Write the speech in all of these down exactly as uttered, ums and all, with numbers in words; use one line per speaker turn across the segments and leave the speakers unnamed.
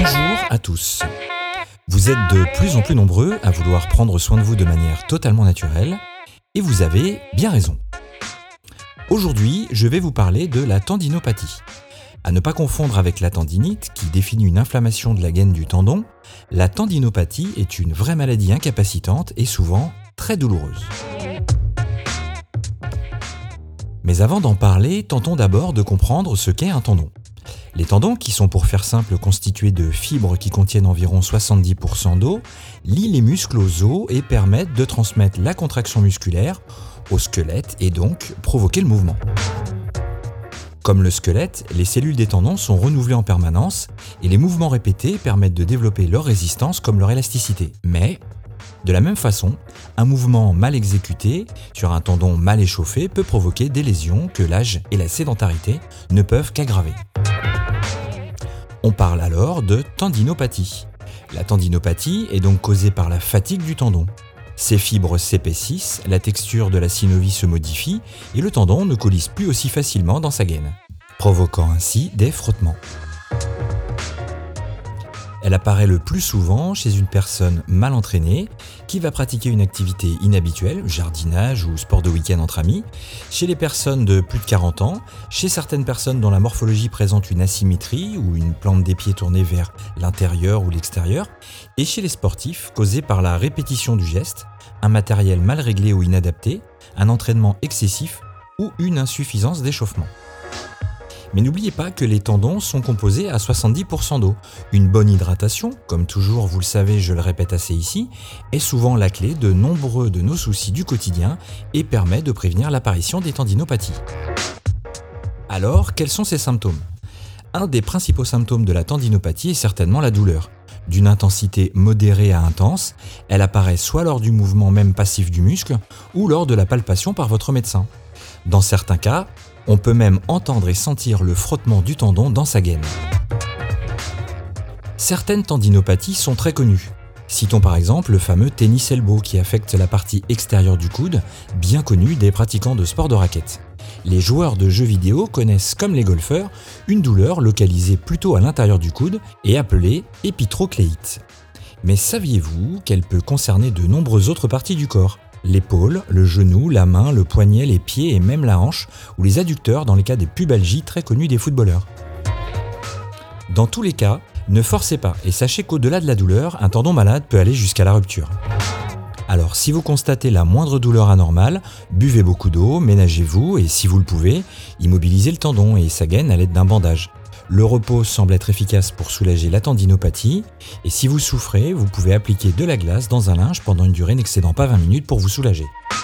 Bonjour à tous. Vous êtes de plus en plus nombreux à vouloir prendre soin de vous de manière totalement naturelle, et vous avez bien raison. Aujourd'hui, je vais vous parler de la tendinopathie. À ne pas confondre avec la tendinite, qui définit une inflammation de la gaine du tendon, la tendinopathie est une vraie maladie incapacitante et souvent très douloureuse. Mais avant d'en parler, tentons d'abord de comprendre ce qu'est un tendon. Les tendons, qui sont pour faire simple constitués de fibres qui contiennent environ soixante-dix pour cent d'eau, lient les muscles aux os et permettent de transmettre la contraction musculaire au squelette et donc provoquer le mouvement. Comme le squelette, les cellules des tendons sont renouvelées en permanence et les mouvements répétés permettent de développer leur résistance comme leur élasticité. Mais, de la même façon, un mouvement mal exécuté sur un tendon mal échauffé peut provoquer des lésions que l'âge et la sédentarité ne peuvent qu'aggraver. On parle alors de tendinopathie. La tendinopathie est donc causée par la fatigue du tendon. Ces fibres s'épaississent, la texture de la synovie se modifie et le tendon ne coulisse plus aussi facilement dans sa gaine, provoquant ainsi des frottements. Elle apparaît le plus souvent chez une personne mal entraînée qui va pratiquer une activité inhabituelle, jardinage ou sport de week-end entre amis, chez les personnes de plus de quarante ans, chez certaines personnes dont la morphologie présente une asymétrie ou une plante des pieds tournée vers l'intérieur ou l'extérieur, et chez les sportifs causée par la répétition du geste, un matériel mal réglé ou inadapté, un entraînement excessif ou une insuffisance d'échauffement. Mais n'oubliez pas que les tendons sont composés à soixante-dix pour cent d'eau. Une bonne hydratation, comme toujours vous le savez, je le répète assez ici, est souvent la clé de nombreux de nos soucis du quotidien et permet de prévenir l'apparition des tendinopathies. Alors, quels sont ces symptômes ? Un des principaux symptômes de la tendinopathie est certainement la douleur. D'une intensité modérée à intense, elle apparaît soit lors du mouvement même passif du muscle ou lors de la palpation par votre médecin. Dans certains cas, on peut même entendre et sentir le frottement du tendon dans sa gaine. Certaines tendinopathies sont très connues. Citons par exemple le fameux tennis elbow qui affecte la partie extérieure du coude, bien connu des pratiquants de sport de raquette. Les joueurs de jeux vidéo connaissent, comme les golfeurs, une douleur localisée plutôt à l'intérieur du coude et appelée épitrocléite. Mais saviez-vous qu'elle peut concerner de nombreuses autres parties du corps ? L'épaule, le genou, la main, le poignet, les pieds et même la hanche ou les adducteurs dans les cas des pubalgies très connues des footballeurs. Dans tous les cas, ne forcez pas et sachez qu'au-delà de la douleur, un tendon malade peut aller jusqu'à la rupture. Alors si vous constatez la moindre douleur anormale, buvez beaucoup d'eau, ménagez-vous et si vous le pouvez, immobilisez le tendon et sa gaine à l'aide d'un bandage. Le repos semble être efficace pour soulager la tendinopathie et si vous souffrez, vous pouvez appliquer de la glace dans un linge pendant une durée n'excédant pas vingt minutes pour vous soulager.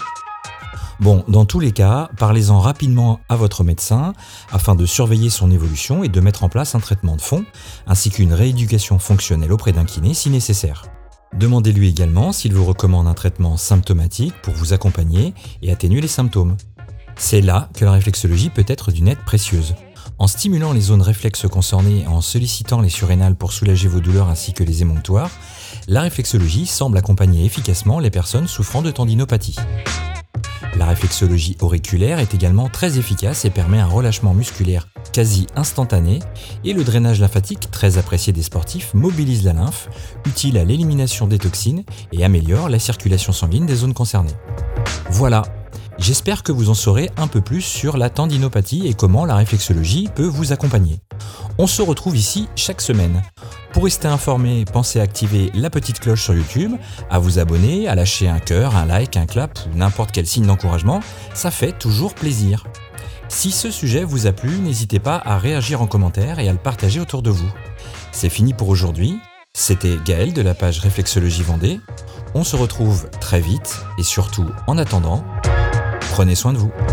Bon, dans tous les cas, parlez-en rapidement à votre médecin afin de surveiller son évolution et de mettre en place un traitement de fond ainsi qu'une rééducation fonctionnelle auprès d'un kiné si nécessaire. Demandez-lui également s'il vous recommande un traitement symptomatique pour vous accompagner et atténuer les symptômes. C'est là que la réflexologie peut être d'une aide précieuse. En stimulant les zones réflexes concernées et en sollicitant les surrénales pour soulager vos douleurs ainsi que les émonctoires, la réflexologie semble accompagner efficacement les personnes souffrant de tendinopathie. La réflexologie auriculaire est également très efficace et permet un relâchement musculaire quasi instantané et le drainage lymphatique, très apprécié des sportifs, mobilise la lymphe, utile à l'élimination des toxines et améliore la circulation sanguine des zones concernées. Voilà. J'espère que vous en saurez un peu plus sur la tendinopathie et comment la réflexologie peut vous accompagner. On se retrouve ici chaque semaine. Pour rester informé, pensez à activer la petite cloche sur YouTube, à vous abonner, à lâcher un cœur, un like, un clap ou n'importe quel signe d'encouragement, ça fait toujours plaisir. Si ce sujet vous a plu, n'hésitez pas à réagir en commentaire et à le partager autour de vous. C'est fini pour aujourd'hui. C'était Gaël de la page Réflexologie Vendée. On se retrouve très vite et surtout, en attendant, prenez soin de vous.